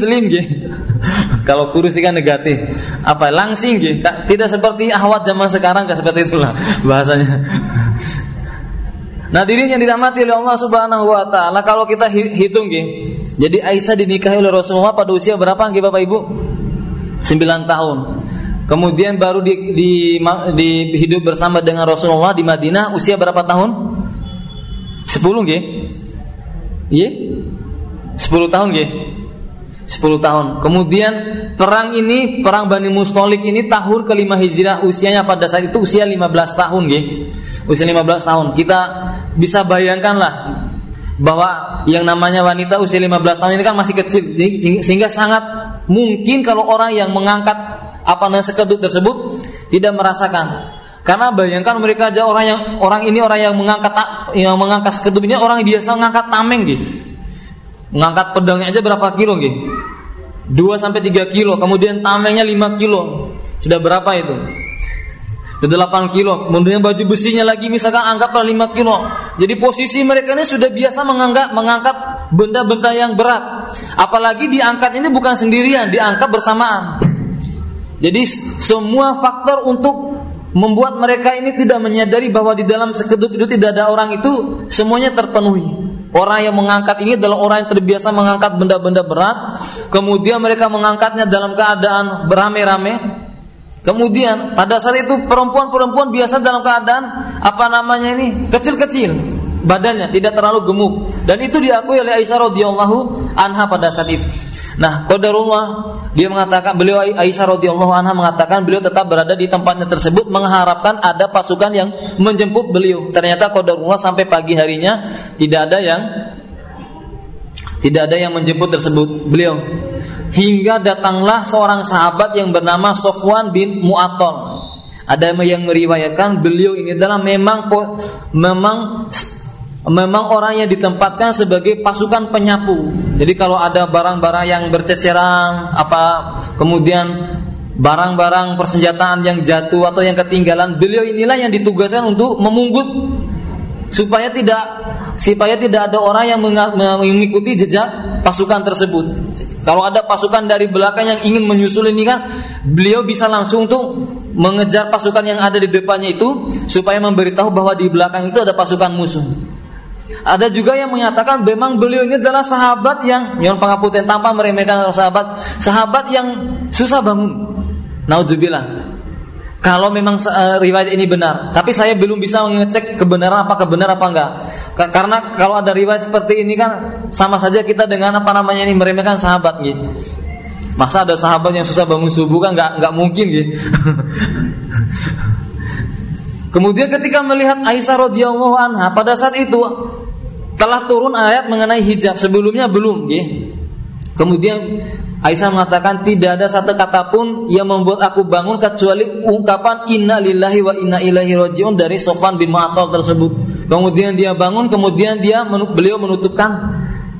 Kalau kurus kan negatif. Langsing tidak seperti ahwat zaman sekarang, enggak seperti itulah bahasanya. Nah, dirinya dirahmati oleh Allah Subhanahu wa taala. Kalau kita hitung jadi Aisyah dinikahi oleh Rasulullah pada usia berapa Bapak Ibu? 9 tahun. Kemudian baru di hidup bersama dengan Rasulullah di Madinah usia berapa tahun? 10 10 tahun 10 tahun. Kemudian perang Bani Mustalik ini tahun ke-5 Hijriah, usianya pada saat itu usia 15 tahun Usia 15 tahun. Kita bisa bayangkanlah bahwa yang namanya wanita usia 15 tahun ini kan masih kecil, sehingga sangat mungkin kalau orang yang mengangkat sekedut tersebut tidak merasakan. Karena bayangkan mereka aja orang yang mengangkat sekedup ini orang biasa mengangkat tameng Mengangkat pedangnya aja berapa kilo 2 sampai 3 kilo, kemudian tamengnya 5 kilo. Sudah berapa itu? Sudah 8 kilo. Kemudian baju besinya lagi misalkan anggaplah 5 kilo. Jadi posisi mereka ini sudah biasa mengangkat benda-benda yang berat. Apalagi diangkat ini bukan sendirian, diangkat bersamaan. Jadi semua faktor untuk membuat mereka ini tidak menyadari bahwa di dalam sekedup itu tidak ada orang itu semuanya terpenuhi. Orang yang mengangkat ini adalah orang yang terbiasa mengangkat benda-benda berat. Kemudian mereka mengangkatnya dalam keadaan beramai-ramai. Kemudian pada saat itu perempuan biasa dalam keadaan kecil-kecil badannya, tidak terlalu gemuk. Dan itu diakui oleh Aisyah radhiyallahu anha pada saat itu. Nah, qadarullah, Aisyah radhiyallahu anha mengatakan beliau tetap berada di tempatnya tersebut mengharapkan ada pasukan yang menjemput beliau. Ternyata qadarullah sampai pagi harinya tidak ada yang menjemput beliau. Hingga datanglah seorang sahabat yang bernama Sofwan bin Mu'attal. Ada yang meriwayatkan beliau ini adalah memang orang yang ditempatkan sebagai pasukan penyapu. Jadi kalau ada barang-barang yang berceceran, kemudian barang-barang persenjataan yang jatuh atau yang ketinggalan, beliau inilah yang ditugaskan untuk memungut supaya tidak ada orang yang mengikuti jejak pasukan tersebut. Kalau ada pasukan dari belakang yang ingin menyusul ini kan, beliau bisa langsung untuk mengejar pasukan yang ada di depannya itu supaya memberitahu bahwa di belakang itu ada pasukan musuh. Ada juga yang menyatakan memang beliau ini adalah sahabat yang nyon pangapunten tanpa meremehkan sahabat yang susah bangun. Naudzubillah. Kalau memang riwayat ini benar, tapi saya belum bisa mengecek kebenaran apa enggak. Karena kalau ada riwayat seperti ini kan sama saja kita dengan ini meremehkan sahabat gitu. Masa ada sahabat yang susah bangun subuh kan enggak mungkin gitu. Kemudian ketika melihat Aisyah radhiyallahu anha, pada saat itu telah turun ayat mengenai hijab, sebelumnya belum gitu. Kemudian Aisyah mengatakan tidak ada satu kata pun yang membuat aku bangun kecuali ungkapan inna lillahi wa inna ilaihi rajiun dari Sofwan bin Mu'attal tersebut. Kemudian dia bangun, kemudian beliau menutupkan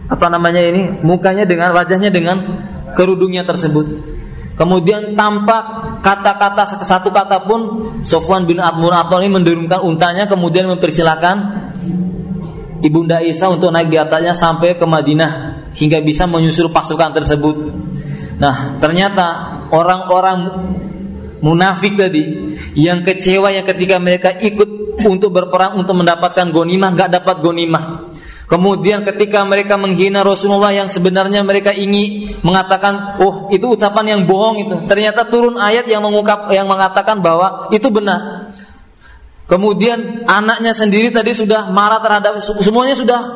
mukanya dengan wajahnya dengan kerudungnya tersebut. Kemudian tanpa kata-kata satu kata pun Sofwan bin Mu'attal ini mendurunkan untanya, kemudian mempersilahkan Ibunda Aisyah untuk naik di atasnya sampai ke Madinah hingga bisa menyusul pasukan tersebut. Nah, ternyata orang-orang munafik tadi yang kecewa yang ketika mereka ikut untuk berperang untuk mendapatkan ghanimah enggak dapat ghanimah. Kemudian ketika mereka menghina Rasulullah yang sebenarnya mereka ingin mengatakan, "Oh, itu ucapan yang bohong itu." Ternyata turun ayat yang mengatakan bahwa itu benar. Kemudian anaknya sendiri tadi sudah marah terhadap semuanya,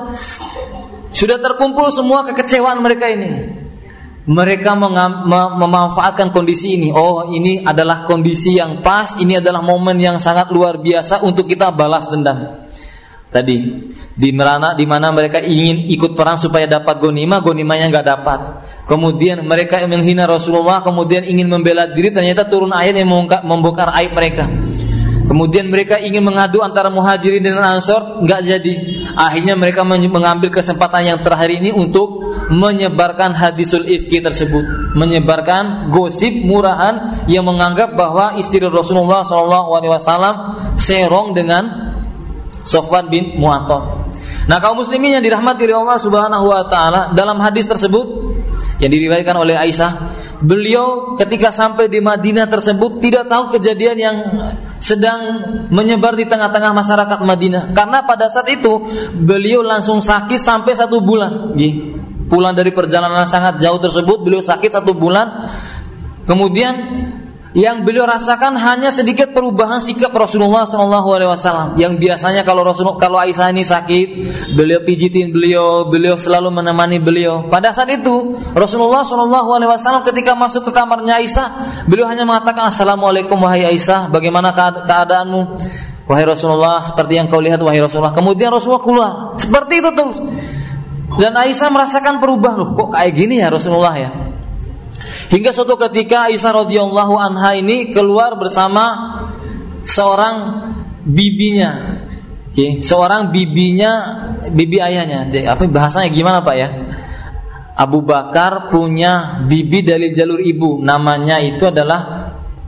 sudah terkumpul semua kekecewaan mereka ini. Mereka memanfaatkan kondisi ini. Oh, ini adalah kondisi yang pas, ini adalah momen yang sangat luar biasa untuk kita balas dendam. Tadi di mana mereka ingin ikut perang supaya dapat ghanimahnya enggak dapat. Kemudian mereka menghina Rasulullah, kemudian ingin membela diri, ternyata turun ayat yang membongkar aib mereka. Kemudian mereka ingin mengadu antara Muhajirin dan Ansor, enggak jadi. Akhirnya mereka mengambil kesempatan yang terakhir ini untuk menyebarkan hadisul ifki tersebut, menyebarkan gosip murahan yang menganggap bahwa istri Rasulullah SAW serong dengan Sofwan bin Mu'attal. Nah, kaum muslimin yang dirahmati oleh Allah Subhanahu wa taala, dalam hadis tersebut yang diriwayatkan oleh Aisyah, beliau ketika sampai di Madinah tersebut tidak tahu kejadian yang sedang menyebar di tengah-tengah masyarakat Madinah. Karena pada saat itu beliau langsung sakit sampai 1 bulan. Pulang dari perjalanan sangat jauh tersebut, beliau sakit 1 bulan. Kemudian yang beliau rasakan hanya sedikit perubahan sikap Rasulullah SAW. Yang biasanya kalau Aisyah ini sakit, beliau pijitin beliau selalu menemani beliau. Pada saat itu Rasulullah SAW ketika masuk ke kamarnya Aisyah, beliau hanya mengatakan, "Assalamualaikum wahai Aisyah, bagaimana keadaanmu?" "Wahai Rasulullah, seperti yang kau lihat wahai Rasulullah." Kemudian Rasulullah keluar. Seperti itu terus. Dan Aisyah merasakan perubahan, loh kok kayak gini ya Rasulullah ya. Hingga suatu ketika Aisyah radhiyallahu anha ini keluar bersama seorang bibinya. Seorang bibi ayahnya. Apa bahasanya gimana Pak ya? Abu Bakar punya bibi dari jalur ibu. Namanya itu adalah,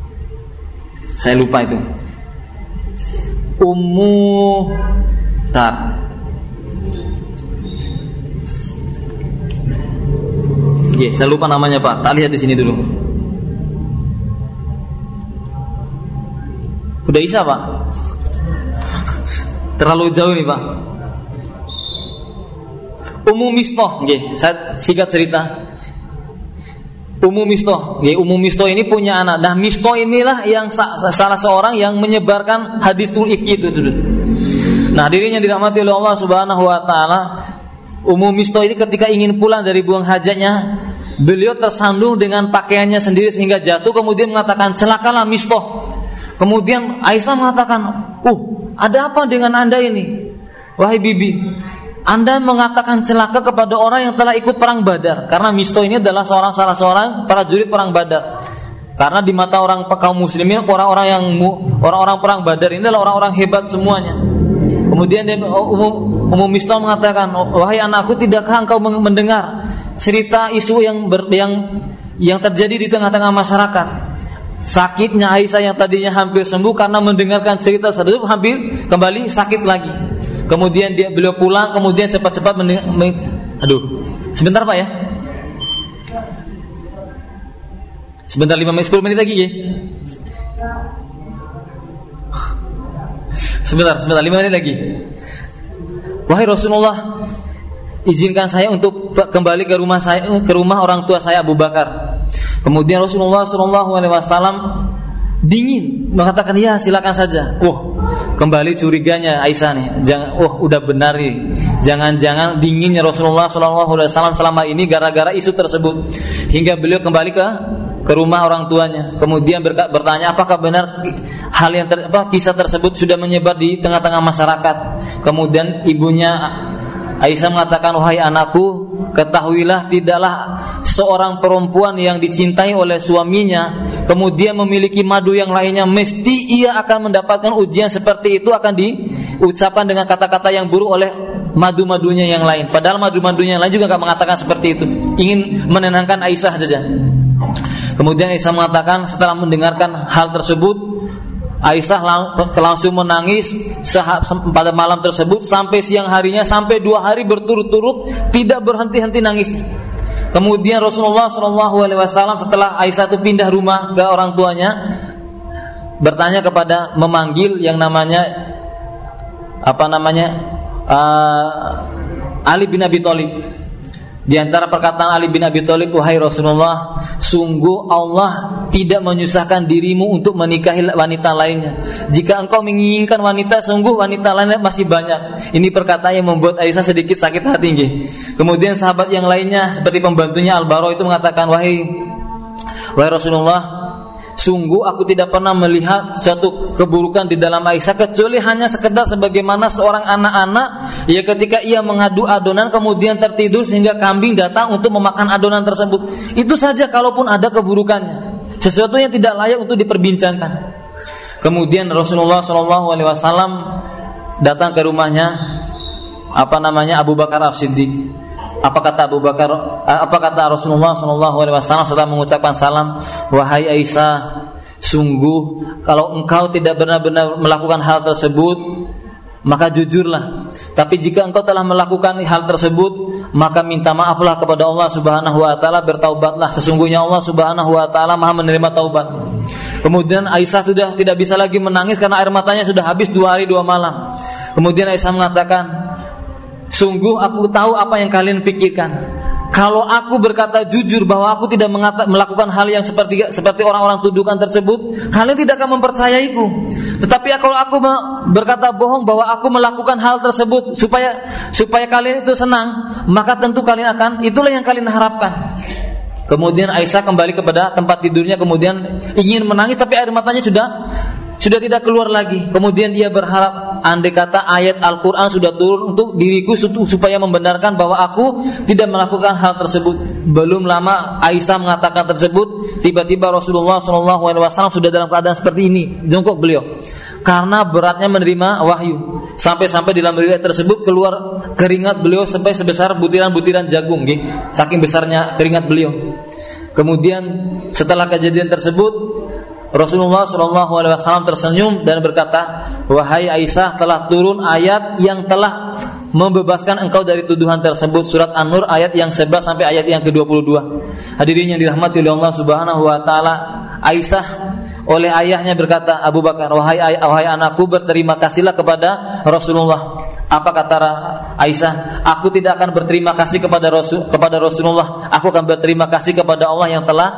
saya lupa itu, Ummu saya lupa namanya Pak. Tak lihat di sini dulu. Udah Isa Pak. Terlalu jauh nih Pak. Ummu Mistah, saya singkat cerita. Ummu Mistah ini punya anak. Nah, Mistah inilah yang salah seorang yang menyebarkan hadis ifki itu. Nah, dirinya dirahmati oleh Allah Subhanahu wa taala. Ummu Mistah ini ketika ingin pulang dari buang hajatnya, beliau tersandung dengan pakaiannya sendiri sehingga jatuh, kemudian mengatakan, "Celakalah Mistah." Kemudian Aisyah mengatakan, "Ada apa dengan Anda ini? Wahai bibi, Anda mengatakan celaka kepada orang yang telah ikut perang Badar." Karena Mistah ini adalah salah seorang prajurit perang Badar. Karena di mata orang kaum muslimin, orang-orang perang Badar ini adalah orang-orang hebat semuanya. Kemudian Ummu Mistah mengatakan, "Wahai anakku, tidakkah engkau mendengar cerita isu yang terjadi di tengah-tengah masyarakat? sakitnya Aisyah yang tadinya hampir sembuh karena mendengarkan cerita tersebut hampir kembali sakit lagi. Kemudian beliau pulang, kemudian cepat-cepat sebentar Pak ya. Sebentar 10 menit lagi ya. Sebentar 5 menit lagi. Wahai Rasulullah, izinkan saya untuk kembali ke rumah orang tua saya Abu Bakar. Kemudian Rasulullah SAW dingin mengatakan ya silakan saja. Kembali curiganya Aisyah nih. Udah benar nih. Jangan-jangan dinginnya Rasulullah SAW selama ini gara-gara isu tersebut, hingga beliau kembali ke rumah orang tuanya. Kemudian bertanya apakah benar hal yang kisah tersebut sudah menyebar di tengah-tengah masyarakat. Kemudian ibunya Aisyah mengatakan, wahai anakku, ketahuilah tidaklah seorang perempuan yang dicintai oleh suaminya kemudian memiliki madu yang lainnya, mesti ia akan mendapatkan ujian seperti itu, akan diucapkan dengan kata-kata yang buruk oleh madu-madunya yang lain. Padahal madu-madunya yang lain juga gak mengatakan seperti itu, ingin menenangkan Aisyah saja. Kemudian Aisyah mengatakan setelah mendengarkan hal tersebut, Aisyah langsung menangis pada malam tersebut sampai siang harinya, sampai 2 hari berturut-turut tidak berhenti-henti nangisnya. Kemudian Rasulullah SAW setelah Aisyah itu pindah rumah ke orang tuanya, bertanya memanggil yang namanya Ali bin Abi Thalib. Di antara perkataan Ali bin Abi Thalib, wahai Rasulullah, sungguh Allah tidak menyusahkan dirimu untuk menikahi wanita lainnya. Jika engkau menginginkan wanita, sungguh wanita lainnya masih banyak. Ini perkataan yang membuat Aisyah sedikit sakit hati. Kemudian sahabat yang lainnya seperti pembantunya Al-Bara itu mengatakan, wahai Rasulullah, sungguh aku tidak pernah melihat suatu keburukan di dalam Aisyah kecuali hanya sekedar sebagaimana seorang anak-anak ya ketika ia mengadu adonan kemudian tertidur sehingga kambing datang untuk memakan adonan tersebut. Itu saja kalaupun ada keburukannya, sesuatu yang tidak layak untuk diperbincangkan. Kemudian Rasulullah SAW datang ke rumahnya Abu Bakar As-Siddiq. Apa kata Rasulullah SAW setelah mengucapkan salam, wahai Aisyah, sungguh kalau engkau tidak benar-benar melakukan hal tersebut, maka jujurlah. Tapi jika engkau telah melakukan hal tersebut, maka minta maaflah kepada Allah Subhanahu wa taala, bertaubatlah. Sesungguhnya Allah Subhanahu wa taala Maha menerima taubat. Kemudian Aisyah sudah tidak bisa lagi menangis karena air matanya sudah habis 2 hari 2 malam. Kemudian Aisyah mengatakan, sungguh aku tahu apa yang kalian pikirkan. Kalau aku berkata jujur bahwa aku tidak melakukan hal yang seperti orang-orang tuduhkan tersebut, kalian tidak akan mempercayaiku. Tetapi kalau aku berkata bohong bahwa aku melakukan hal tersebut supaya kalian itu senang, maka tentu kalian akan, itulah yang kalian harapkan. Kemudian Aisyah kembali kepada tempat tidurnya, kemudian ingin menangis tapi air matanya sudah tidak keluar lagi. Kemudian dia berharap andai kata ayat Al-Quran sudah turun untuk diriku supaya membenarkan bahwa aku tidak melakukan hal tersebut. Belum lama Aisyah mengatakan tersebut, tiba-tiba Rasulullah SAW sudah dalam keadaan seperti ini, jongkok beliau, karena beratnya menerima wahyu. Sampai-sampai di dalam riwayat tersebut keluar keringat beliau sampai sebesar butiran-butiran jagung, saking besarnya keringat beliau. Kemudian setelah kejadian tersebut, Rasulullah SAW tersenyum dan berkata, wahai Aisyah, telah turun ayat yang telah membebaskan engkau dari tuduhan tersebut. Surat An-Nur ayat yang 11 sampai ayat yang ke-22. Hadirin yang dirahmati oleh Allah Subhanahu wa taala, Aisyah oleh ayahnya berkata, Abu Bakar, wahai anakku, berterima kasihlah kepada Rasulullah. Apa kata Aisyah? Aku tidak akan berterima kasih kepada Rasulullah. Aku akan berterima kasih kepada Allah yang telah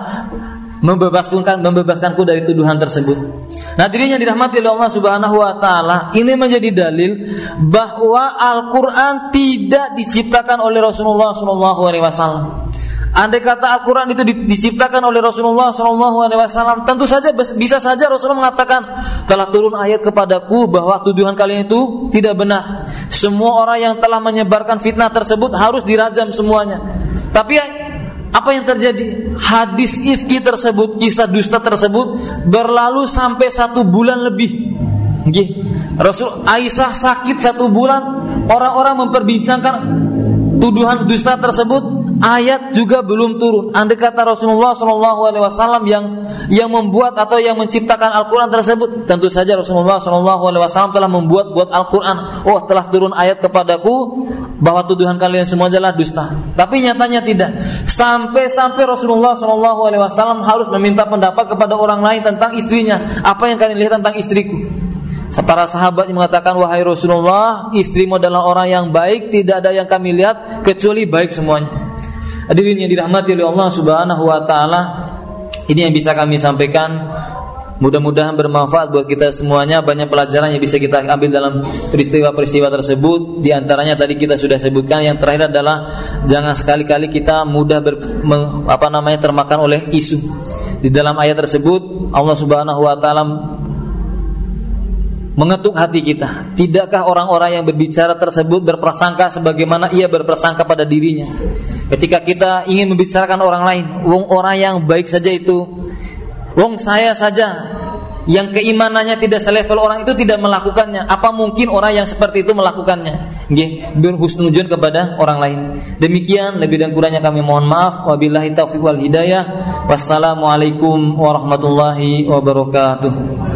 membebaskanku dari tuduhan tersebut. Nah, dirinya dirahmati oleh Allah Subhanahu wa taala, ini menjadi dalil bahwa Al-Qur'an tidak diciptakan oleh Rasulullah sallallahu alaihi wasallam. Andai kata Al-Qur'an itu diciptakan oleh Rasulullah sallallahu alaihi wasallam, tentu saja bisa saja Rasulullah mengatakan, telah turun ayat kepadaku bahwa tuduhan kalian itu tidak benar. Semua orang yang telah menyebarkan fitnah tersebut harus dirajam semuanya. Tapi apa yang terjadi? Hadis ifki tersebut, kisah dusta tersebut berlalu sampai 1 bulan lebih. Rasul Aisyah sakit 1 bulan, orang-orang memperbincangkan tuduhan dusta tersebut. ayat juga belum turun. Andai kata Rasulullah SAW yang membuat atau yang menciptakan Al-Quran tersebut, tentu saja Rasulullah SAW telah membuat Al-Quran. Oh, telah turun ayat kepadaku bahwa tuduhan kalian semua adalah dusta. Tapi nyatanya tidak. Sampai Rasulullah SAW harus meminta pendapat kepada orang lain tentang istrinya. Apa yang kalian lihat tentang istriku? Para sahabat yang mengatakan, wahai Rasulullah, istrimu adalah orang yang baik, tidak ada yang kami lihat kecuali baik semuanya. Hadirin yang dirahmati oleh Allah Subhanahu wa taala, ini yang bisa kami sampaikan. Mudah-mudahan bermanfaat buat kita semuanya. Banyak pelajaran yang bisa kita ambil dalam peristiwa-peristiwa tersebut. Di antaranya tadi kita sudah sebutkan. Yang terakhir adalah jangan sekali-kali kita mudah termakan oleh isu. Di dalam ayat tersebut Allah Subhanahu wa taala mengetuk hati kita. Tidakkah orang-orang yang berbicara tersebut berprasangka sebagaimana ia berprasangka pada dirinya? Ketika kita ingin membicarakan orang lain, orang yang baik saja itu, saya saja yang keimanannya tidak selevel orang itu tidak melakukannya, apa mungkin orang yang seperti itu melakukannya? Nggih, berhusnuzon kepada orang lain. Demikian, lebih dan kurangnya kami mohon maaf. Wabillahi taufiq wal hidayah. Wassalamualaikum warahmatullahi wabarakatuh.